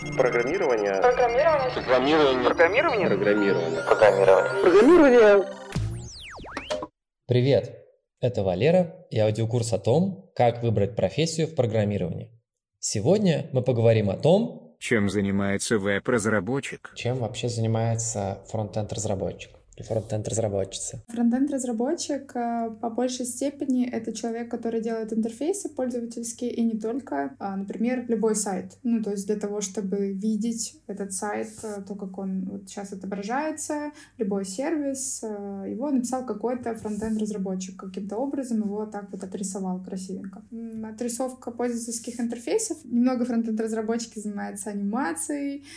Программирование. Привет! Это Валера и аудиокурс о том, как выбрать профессию в программировании. Сегодня мы поговорим о том, чем занимается веб-разработчик. Чем вообще занимается фронт-энд-разработчик и фронт-энд-разработчица. Фронт-энд-разработчик по большей степени это человек, который делает интерфейсы пользовательские и не только, например, любой сайт. То есть для того, чтобы видеть этот сайт, то, как он вот сейчас отображается, любой сервис, его написал какой-то фронт-энд-разработчик. Каким-то образом его так вот отрисовал красивенько. Отрисовка пользовательских интерфейсов. Немного фронт-энд-разработчики занимаются анимацией,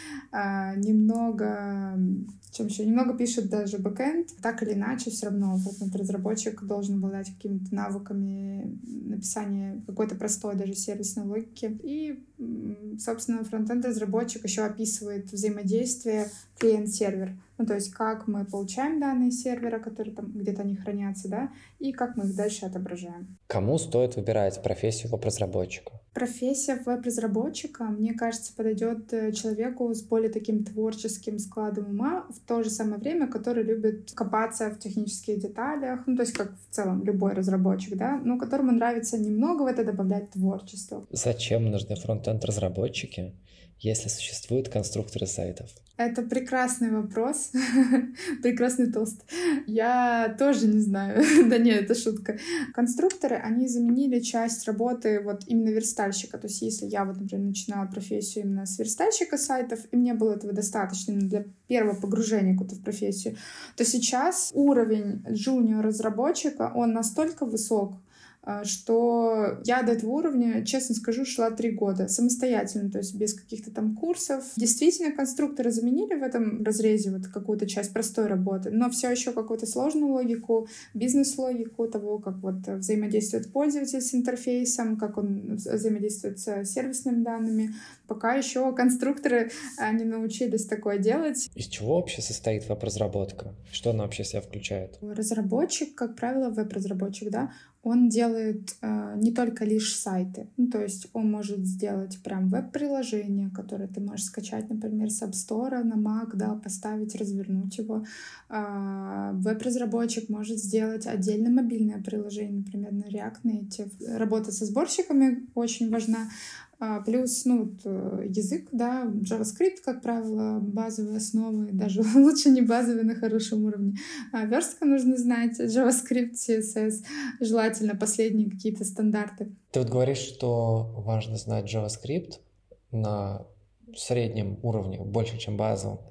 немного пишут даже бэкэнд. Так или иначе, все равно фронт-энд-разработчик должен обладать какими-то навыками написания какой-то простой даже сервисной логики. И, собственно, фронт-энд-разработчик еще описывает взаимодействие клиент-сервер. То есть как мы получаем данные сервера, которые там где-то они хранятся, да, и как мы их дальше отображаем. Кому стоит выбирать профессию веб-разработчика? Профессия веб-разработчика, мне кажется, подойдет человеку с более таким творческим складом ума, в то же самое время, который любит копаться в технических деталях, то есть как в целом любой разработчик, да, но которому нравится немного в это добавлять творчество. Зачем нужны фронт-энд-разработчики, если существуют конструкторы сайтов? Это прекрасный вопрос, прекрасный тост. Я тоже не знаю. Да нет, это шутка. Конструкторы, они заменили часть работы вот именно верстальщика. То есть если я вот, например, начинала профессию именно с верстальщика сайтов, и мне было этого достаточно для первого погружения куда-то в профессию, то сейчас уровень джуниор-разработчика, он настолько высок, что я до этого уровня, честно скажу, шла 3 года самостоятельно, то есть без каких-то там курсов. Действительно, конструкторы заменили в этом разрезе вот какую-то часть простой работы, но все еще какую-то сложную логику, бизнес-логику того, как вот взаимодействует пользователь с интерфейсом, как он взаимодействует с сервисными данными. Пока еще конструкторы не научились такое делать. Из чего вообще состоит веб-разработка? Что она вообще в себя включает? Разработчик, как правило, веб-разработчик, да, он делает не только лишь сайты. То есть он может сделать прям веб-приложение, которое ты можешь скачать, например, с App Store на Mac, да, поставить, развернуть его. Веб-разработчик может сделать отдельно мобильное приложение, например, на React Native. Работа со сборщиками очень важна. Плюс, язык, да, JavaScript, как правило, базовые основы, даже лучше не базовые, на хорошем уровне. Верстка нужно знать, JavaScript, CSS, желательно последние какие-то стандарты. Ты вот говоришь, что важно знать JavaScript на среднем уровне, больше, чем базовом,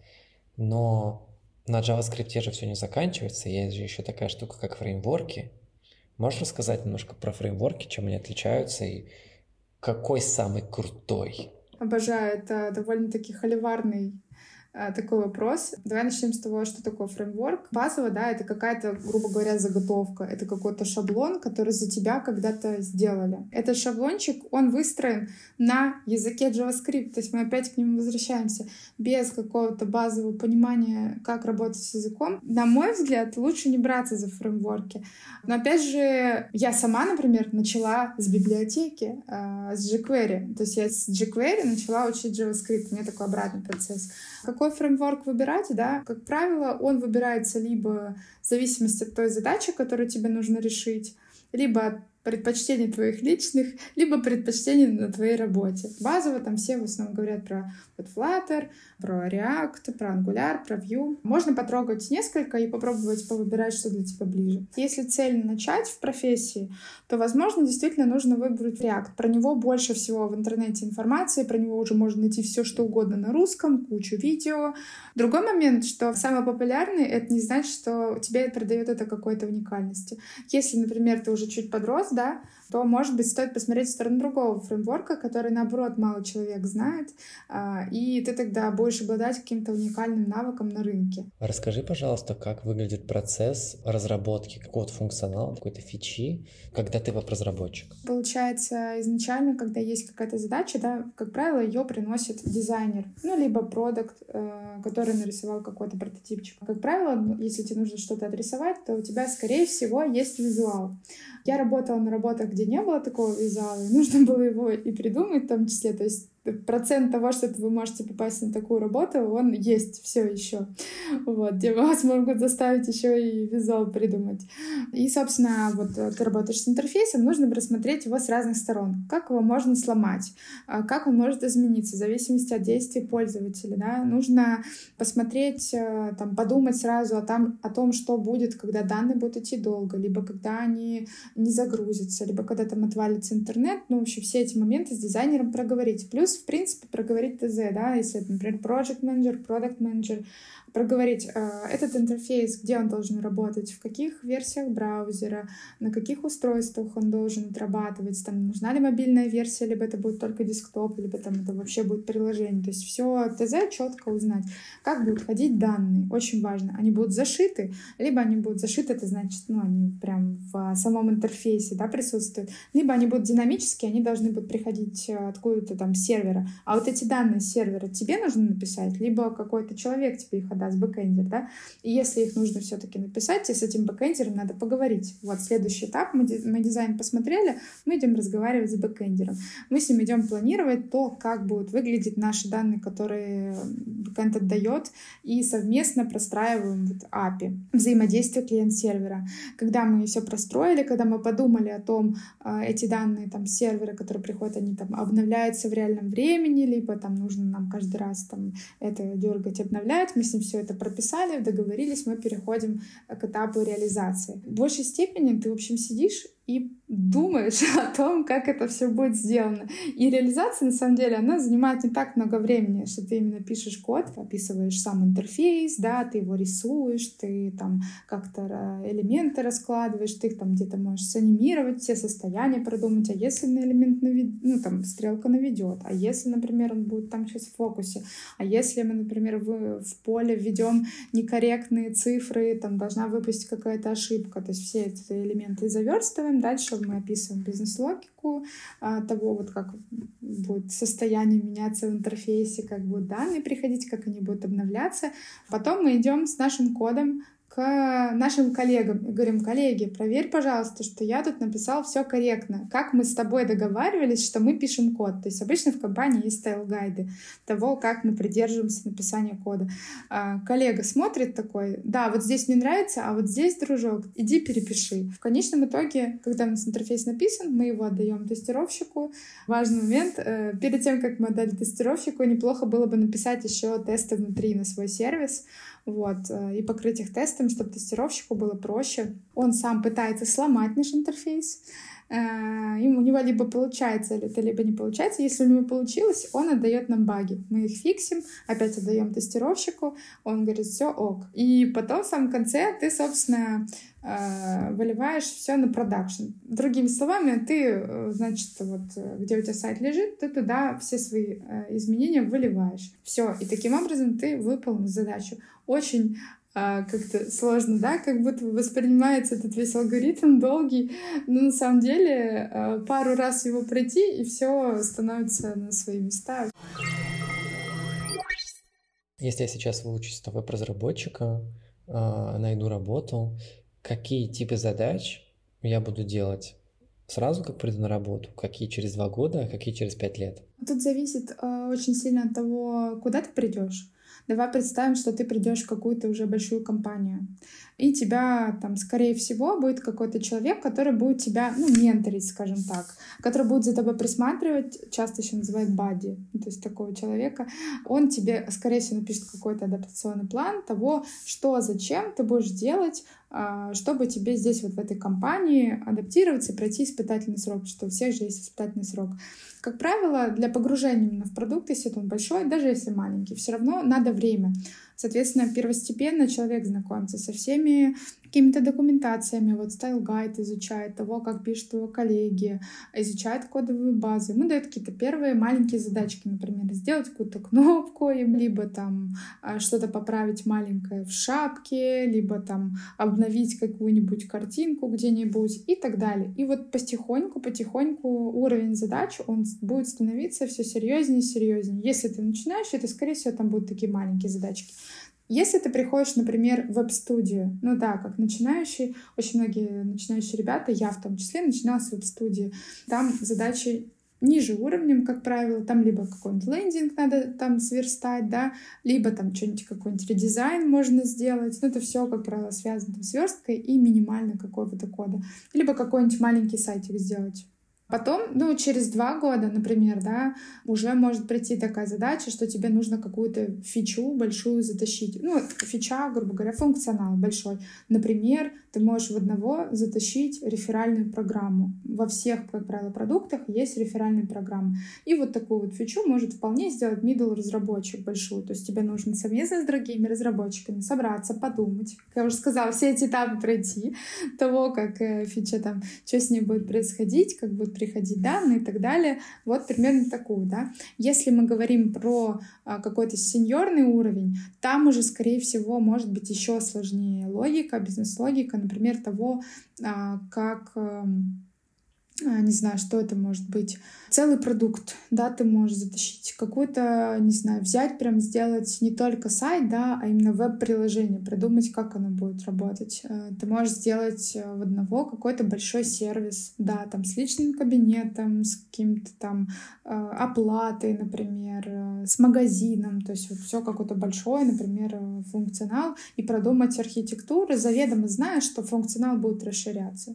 но на JavaScript же все не заканчивается, есть же еще такая штука, как фреймворки. Можешь рассказать немножко про фреймворки, чем они отличаются и какой самый крутой? Обожаю, это довольно-таки холиварный такой вопрос. Давай начнем с того, что такое фреймворк. Базово, да, это какая-то, грубо говоря, заготовка. Это какой-то шаблон, который за тебя когда-то сделали. Этот шаблончик, он выстроен на языке JavaScript. То есть мы опять к нему возвращаемся. Без какого-то базового понимания, как работать с языком, на мой взгляд, лучше не браться за фреймворки. Но опять же, я сама, например, начала с библиотеки, с jQuery. То есть я с jQuery начала учить JavaScript. У меня такой обратный процесс. Какой фреймворк выбирать, да? Как правило, он выбирается либо в зависимости от той задачи, которую тебе нужно решить, либо от предпочтений твоих личных, либо предпочтений на твоей работе. Базово там все в основном говорят про Flutter, про React, про Angular, про Vue. Можно потрогать несколько и попробовать повыбирать, что для тебя ближе. Если цель начать в профессии, то, возможно, действительно нужно выбрать React. Про него больше всего в интернете информации, про него уже можно найти все, что угодно на русском, кучу видео. Другой момент, что самый популярный, это не значит, что тебе придает это какой-то уникальности. Если, например, ты уже чуть подрос, да, то, может быть, стоит посмотреть в сторону другого фреймворка, который, наоборот, мало человек знает, и ты тогда будешь обладать каким-то уникальным навыком на рынке. Расскажи, пожалуйста, как выглядит процесс разработки какого-то функционала, какой-то фичи, когда ты веб-разработчик? Получается, изначально, когда есть какая-то задача, да, как правило, ее приносит дизайнер, либо продакт, который нарисовал какой-то прототипчик. Как правило, если тебе нужно что-то отрисовать, то у тебя, скорее всего, есть визуал. Я работала на работах, где не было такого визуала, и нужно было его и придумать в том числе. То есть процент того, что вы можете попасть на такую работу, он есть все еще. Вот, где вас могут заставить еще и визуал придумать. И, собственно, вот ты работаешь с интерфейсом, нужно рассмотреть его с разных сторон. Как его можно сломать, как он может измениться в зависимости от действий пользователя. Да? Нужно посмотреть, там, подумать сразу о том, что будет, когда данные будут идти долго, либо когда они не загрузятся, либо когда там отвалится интернет. Ну, вообще все эти моменты с дизайнером проговорить. Плюс, в принципе, проговорить ТЗ, да, если это, например, Project Manager, Product Manager, проговорить этот интерфейс, где он должен работать, в каких версиях браузера, на каких устройствах он должен отрабатывать, там, нужна ли мобильная версия, либо это будет только десктоп, либо там это вообще будет приложение. То есть все ТЗ четко узнать, как будут ходить данные. Очень важно. Они будут зашиты, либо они будут зашиты, это значит, ну, они прям в самом интерфейсе, да, присутствуют, либо они будут динамические, они должны будут приходить откуда-то там с сервера. А вот эти данные с сервера тебе нужно написать, либо какой-то человек тебе их отдаст, бэкэндер, да, и если их нужно все-таки написать, и с этим бэкэндером надо поговорить. Вот следующий этап, мы дизайн посмотрели, мы идем разговаривать с бэкэндером. Мы с ним идем планировать то, как будут выглядеть наши данные, которые бэкэнд отдает, и совместно простраиваем вот API, взаимодействие клиент-сервера. Когда мы все простроили, когда мы подумали о том, эти данные там с сервера, которые приходят, они там обновляются в реальном времени, либо там нужно нам каждый раз там это дергать, обновлять, мы с ним все это прописали, договорились, мы переходим к этапу реализации. В большей степени ты, в общем, сидишь и думаешь о том, как это все будет сделано. И реализация, на самом деле, она занимает не так много времени, что ты именно пишешь код, описываешь сам интерфейс, да, ты его рисуешь, ты там как-то элементы раскладываешь, ты их там где-то можешь санимировать, все состояния продумать, а если на элемент ну, там, стрелка наведет, а если, например, он будет там сейчас в фокусе, а если мы, например, в поле введем некорректные цифры, там должна выпасть какая-то ошибка, то есть все эти элементы заверстываем. Дальше мы описываем бизнес-логику того, вот как будет состояние меняться в интерфейсе, как будут данные приходить, как они будут обновляться. Потом мы идем с нашим кодом к нашим коллегам и говорим: коллеги, проверь, пожалуйста, что я тут написал все корректно. Как мы с тобой договаривались, что мы пишем код. То есть обычно в компании есть стайл-гайды того, как мы придерживаемся написания кода. Коллега смотрит такой: да, вот здесь не нравится, а вот здесь, дружок, иди перепиши. В конечном итоге, когда у нас интерфейс написан, мы его отдаем тестировщику. Важный момент: перед тем, как мы отдали тестировщику, неплохо было бы написать еще тесты внутри на свой сервис, вот, и покрыть их тестом, чтобы тестировщику было проще. Он сам пытается сломать наш интерфейс. У него либо получается это, либо не получается. Если у него получилось, он отдает нам баги. Мы их фиксим, опять отдаем тестировщику, он говорит: все ок. И потом в самом конце ты, собственно, выливаешь все на продакшн. Другими словами, ты, значит, вот где у тебя сайт лежит, ты туда все свои изменения выливаешь. Все. И таким образом ты выполнил задачу. Очень как-то сложно, да, как будто воспринимается этот весь алгоритм долгий, но на самом деле пару раз его пройти, и все становится на свои места. Если я сейчас выучусь на веб-разработчика, найду работу, какие типы задач я буду делать сразу, как приду на работу, какие через 2 года, а какие через 5 лет? Тут зависит очень сильно от того, куда ты придешь. Давай представим, что ты придешь в какую-то уже большую компанию, и тебя там, скорее всего, будет какой-то человек, который будет тебя, менторить, скажем так, который будет за тобой присматривать, часто еще называют бадди, то есть такого человека. Он тебе, скорее всего, напишет какой-то адаптационный план того, что, зачем ты будешь делать, чтобы тебе здесь вот в этой компании адаптироваться и пройти испытательный срок, что у всех же есть испытательный срок. Как правило, для погружения именно в продукт, если он большой, даже если маленький, все равно надо время. Соответственно, первостепенно человек знакомится со всеми какими-то документациями, вот стайл-гайд изучает того, как пишут его коллеги, изучает кодовую базу, ему дают какие-то первые маленькие задачки, например, сделать какую-то кнопку, им либо там что-то поправить маленькое в шапке, либо там обновить какую-нибудь картинку где-нибудь и так далее. И вот потихоньку уровень задач, он будет становиться все серьезнее и серьезнее. Если ты начинаешь, это, скорее всего, там будут такие маленькие задачки. Если ты приходишь, например, в веб-студию, как начинающий, очень многие начинающие ребята, я в том числе, начинала с веб-студии, там задачи ниже уровнем, как правило, там либо какой-нибудь лендинг надо там сверстать, да, либо там что-нибудь, какой-нибудь редизайн можно сделать. Ну, это все, как правило, связано там с версткой и минимально какого-то кода. Либо какой-нибудь маленький сайтик сделать. Потом, ну, через 2 года, например, да, уже может прийти такая задача, что тебе нужно какую-то фичу большую затащить. Ну, фича, грубо говоря, функционал большой. Например, ты можешь в одного затащить реферальную программу. Во всех, как правило, продуктах есть реферальные программы. И вот такую вот фичу может вполне сделать middle разработчик большую. То есть тебе нужно совместно с другими разработчиками собраться, подумать. Как я уже сказала, все эти этапы пройти, того, как фича там, что с ней будет происходить, как будут приходить данные и так далее. Вот примерно такую, да. Если мы говорим про какой-то сеньорный уровень, там уже, скорее всего, может быть еще сложнее логика, бизнес-логика, например, того, как... не знаю, что это может быть. Целый продукт, да, ты можешь затащить. Какую-то, не знаю, взять, прям сделать не только сайт, да, а именно веб-приложение, придумать, как оно будет работать. Ты можешь сделать в одного какой-то большой сервис, да, там с личным кабинетом, с каким-то там оплатой, например, с магазином, то есть вот все какое-то большое, например, функционал, и продумать архитектуру, заведомо зная, что функционал будет расширяться.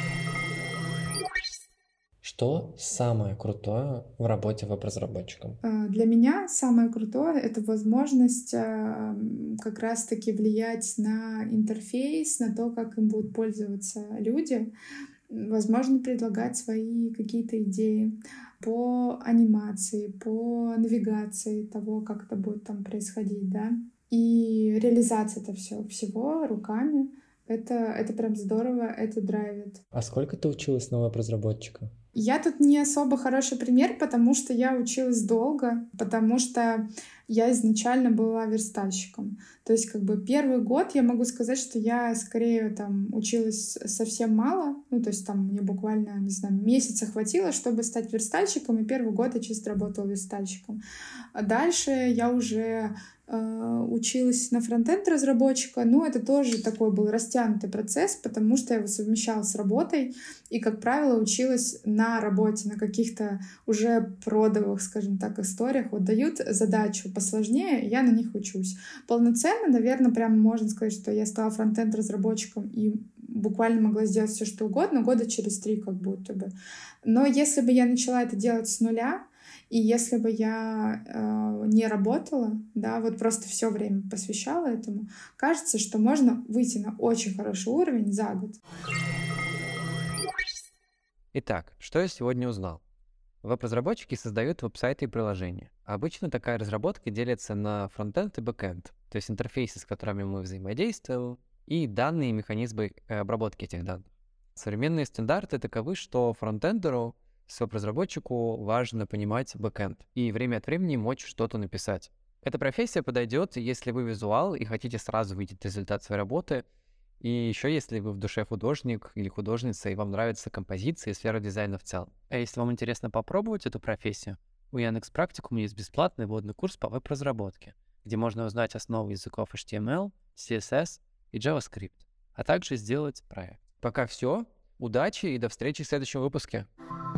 Что самое крутое в работе веб-разработчиком? Для меня самое крутое — это возможность как раз-таки влиять на интерфейс, на то, как им будут пользоваться люди, возможно, предлагать свои какие-то идеи по анимации, по навигации того, как это будет там происходить, да, и реализация всего руками. Это прям здорово, это драйвит. А сколько ты училась на веб-разработчика? Я тут не особо хороший пример, потому что я училась долго, потому что я изначально была верстальщиком. То есть как бы первый год я могу сказать, что я скорее там училась совсем мало, ну то есть там мне буквально, не знаю, месяца хватило, чтобы стать верстальщиком, и первый год я чисто работала верстальщиком. А дальше я уже училась на фронтенд разработчика, но это тоже такой был растянутый процесс, потому что я его совмещала с работой и, как правило, училась на работе, на каких-то уже продовых, скажем так, историях. Вот дают задачу посложнее, я на них учусь. Полноценно, наверное, прям можно сказать, что я стала фронтенд разработчиком и буквально могла сделать все, что угодно, года через 3 как будто бы. Но если бы я начала это делать с нуля, и если бы я не работала, да, вот просто все время посвящала этому, кажется, что можно выйти на очень хороший уровень за год. Итак, что я сегодня узнал? Веб-разработчики создают веб-сайты и приложения. Обычно такая разработка делится на фронтенд и бэкенд, то есть интерфейсы, с которыми мы взаимодействуем, и данные и механизмы обработки этих данных. Современные стандарты таковы, что фронтендеру с веб-разработчику важно понимать бэкэнд и время от времени мочь что-то написать. Эта профессия подойдет, если вы визуал и хотите сразу видеть результат своей работы, и еще если вы в душе художник или художница, и вам нравится композиция и сфера дизайна в целом. А если вам интересно попробовать эту профессию, у Яндекс Практикум есть бесплатный вводный курс по веб-разработке, где можно узнать основы языков HTML, CSS и JavaScript, а также сделать проект. Пока все. Удачи и до встречи в следующем выпуске.